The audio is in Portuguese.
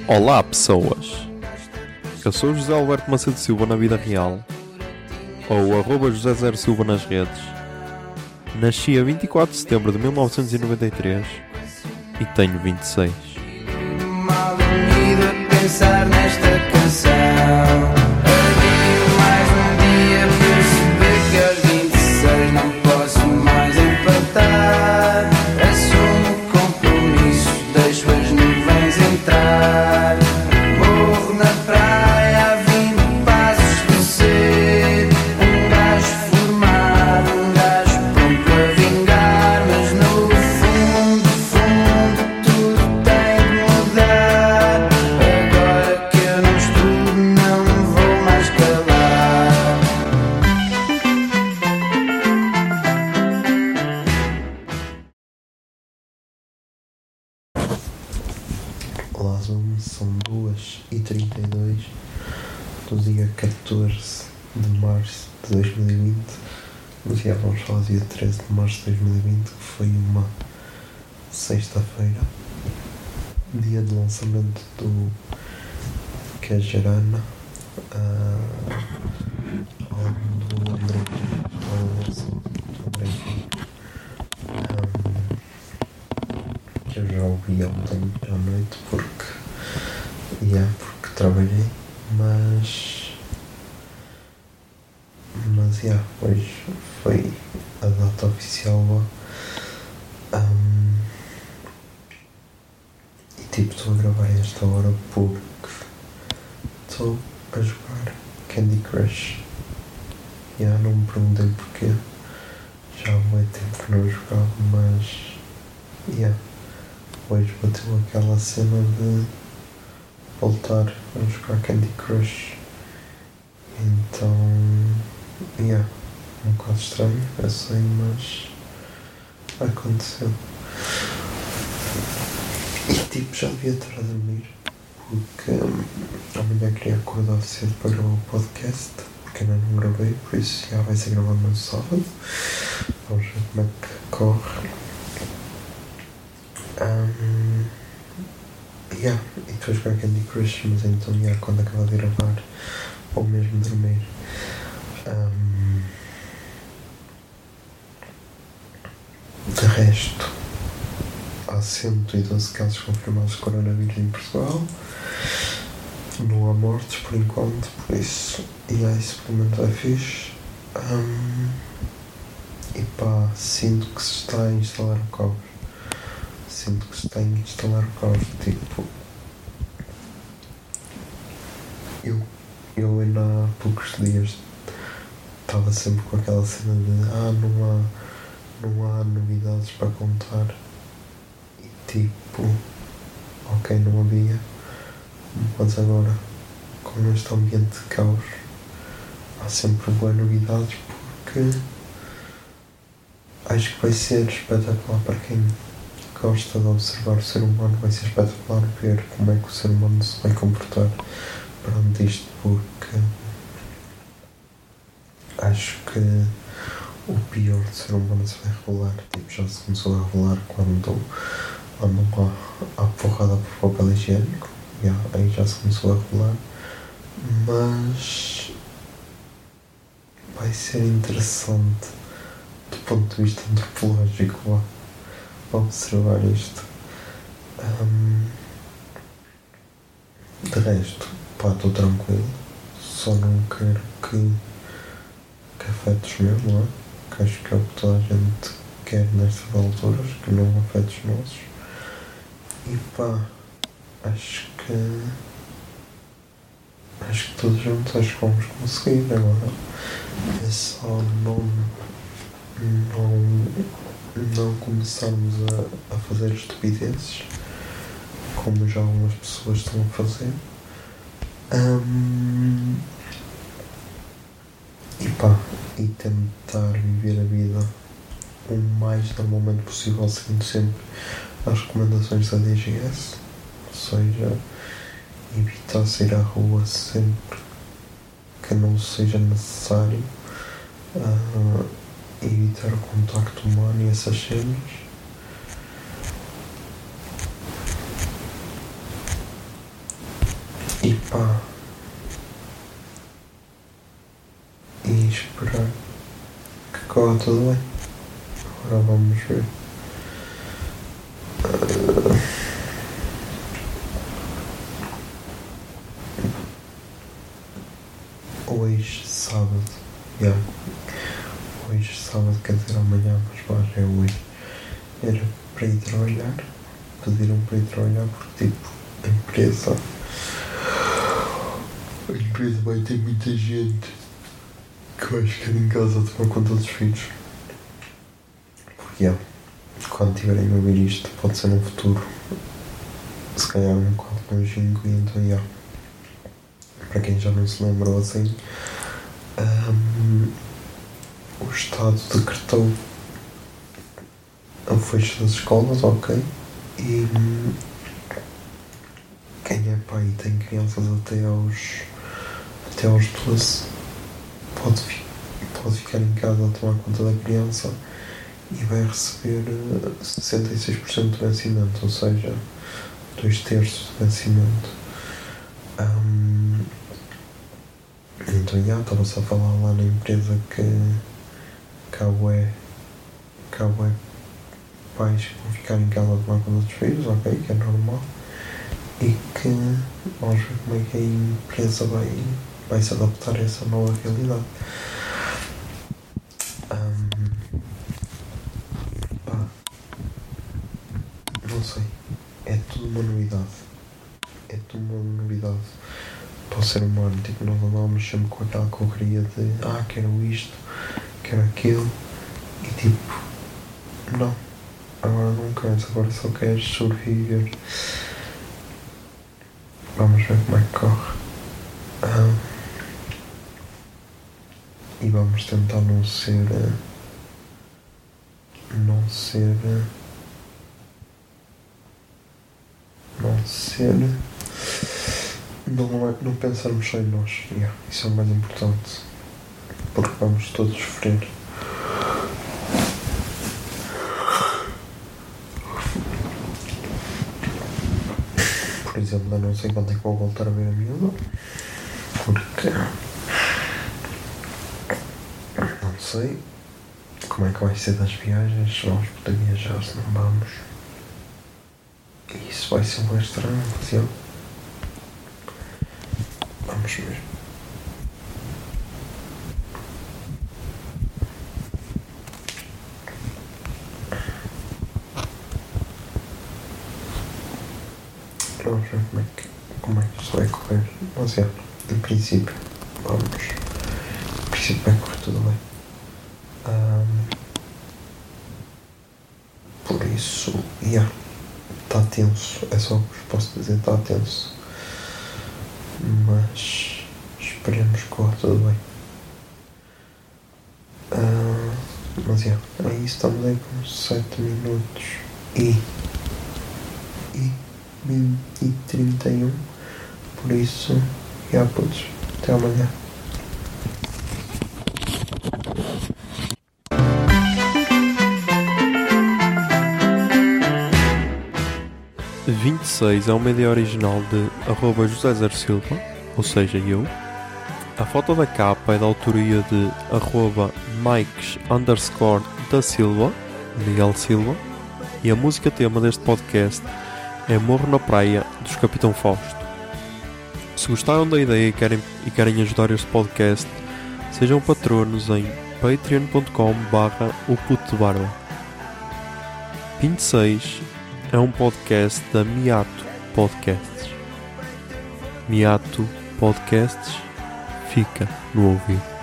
Olá, pessoas! Eu sou José Alberto Macedo Silva na vida real, ou José Zero Silva nas redes. Nasci a 24 de setembro de 1993 e tenho 26. Mal unido a pensar nesta canção. Havia mais um dia perceber que aos 26 não posso mais empatar. Assumo o compromisso, deixo as nuvens entrar. Morro na praia a 20 passos de ser um gajo formado, um gajo pronto a vingar. Mas no fundo, tudo tem de mudar. Agora que eu não estudo, não me vou mais calar. Olá, são 2h32 do dia 14 de março de 2020. Mas já vamos falar do dia 13 de março de 2020, que foi uma sexta-feira, dia de lançamento do Cajarana, álbum do André que eu já ouvi ontem à noite porque trabalhei, mas hoje foi a data oficial lá. E estou a gravar a esta hora porque estou a jogar Candy Crush. Não me perguntei porquê, já há muito tempo que não jogava, mas hoje bateu aquela cena de voltar a jogar Candy Crush. Então, um bocado estranho, eu sei, mas aconteceu. E já devia estar a dormir, porque amanhã queria acordar cedo para gravar o podcast, porque ainda não gravei, por isso já vai ser gravado no sábado. Vamos ver como é que corre. E estou a jogar Candy Crush, mas então quando acabar de gravar ou mesmo dormir. De resto, há 112 casos confirmados de coronavírus em Portugal. Não há mortes por enquanto, por isso isso pelo menos é fixe. Sinto que se está a instalar o caos. Tipo, eu ainda há poucos dias estava sempre com aquela cena de não há novidades para contar, e tipo, ok, não havia, mas agora com este ambiente de caos há sempre boas novidades, porque acho que vai ser espetacular para quem gosta de observar o ser humano. Vai ser espetacular ver como é que o ser humano se vai comportar perante isto, porque acho que o pior do ser humano se vai revelar. Tipo, já se começou a revelar quando há porrada por papel higiênico, aí já se começou a revelar, mas vai ser interessante do ponto de vista antropológico observar isto. De resto, estou tranquilo, só não quero que afete os meus, não é? Que acho que é o que toda a gente quer nestas alturas, que não afete os nossos. E acho que todos juntos acho que vamos conseguir. Agora é só não começarmos a fazer estupidezes, como já algumas pessoas estão a fazer. E tentar viver a vida o mais normalmente possível, seguindo sempre as recomendações da DGS, ou seja, evitar sair à rua sempre que não seja necessário, evitar o contacto humano e essas cenas. E pá. E esperar que corra tudo bem. Agora vamos ver. Hoje sábado. Hoje sábado, quer dizer amanhã, mas pá, é hoje. Era para ir trabalhar. Pediram para ir trabalhar porque tipo, a empresa vai ter muita gente que vai ficar em casa a tomar conta dos filhos. Porque quando tiverem a ouvir isto, pode ser no futuro, se calhar um bocado longínquo, e então para quem já não se lembrou assim, o Estado decretou o fecho das escolas, ok, e quem é pai e tem crianças até aos 12 pode ficar em casa a tomar conta da criança e vai receber 66% de vencimento, ou seja, 2/3 de vencimento. Então estava-se a falar lá na empresa que há bué pais que vão ficar em casa a tomar conta dos filhos, ok, que é normal, e que vamos ver como é que a empresa vai se adaptar a essa nova realidade. Não sei, é tudo uma novidade para o ser humano. Tipo, nós andávamos sempre com aquela correria de quero isto, quero aquilo, e tipo, não, agora não queres, agora só queres sobreviver. Vamos ver como é que corre. E vamos tentar não pensarmos só em nós. Isso é o mais importante, porque vamos todos sofrer. Por exemplo, eu não sei quando é que vou voltar a ver a miúda, porque não sei como é que vai ser das viagens, se vamos poder viajar, se não vamos. E isso vai ser um estranho, mas vamos ver. Vamos ver como é que isto vai correr. Mas em princípio, vai correr tudo bem. Por isso, está tenso, é só o que vos posso dizer, está tenso. Mas esperemos que corra tudo bem. Mas é isso, estamos aí com 7 minutos e 31. Por isso, putos, até amanhã. É uma ideia original de @José Zer Silva, ou seja, eu. A foto da capa é da autoria de @Mikes_da Silva, Miguel Silva, e a música tema deste podcast é Morro na Praia, dos Capitão Fausto. Se gostaram da ideia e querem ajudar este podcast, sejam patronos em patreon.com/oputdebarba. 26 é um podcast da Miato Podcasts. Miato Podcasts, fica no ouvido.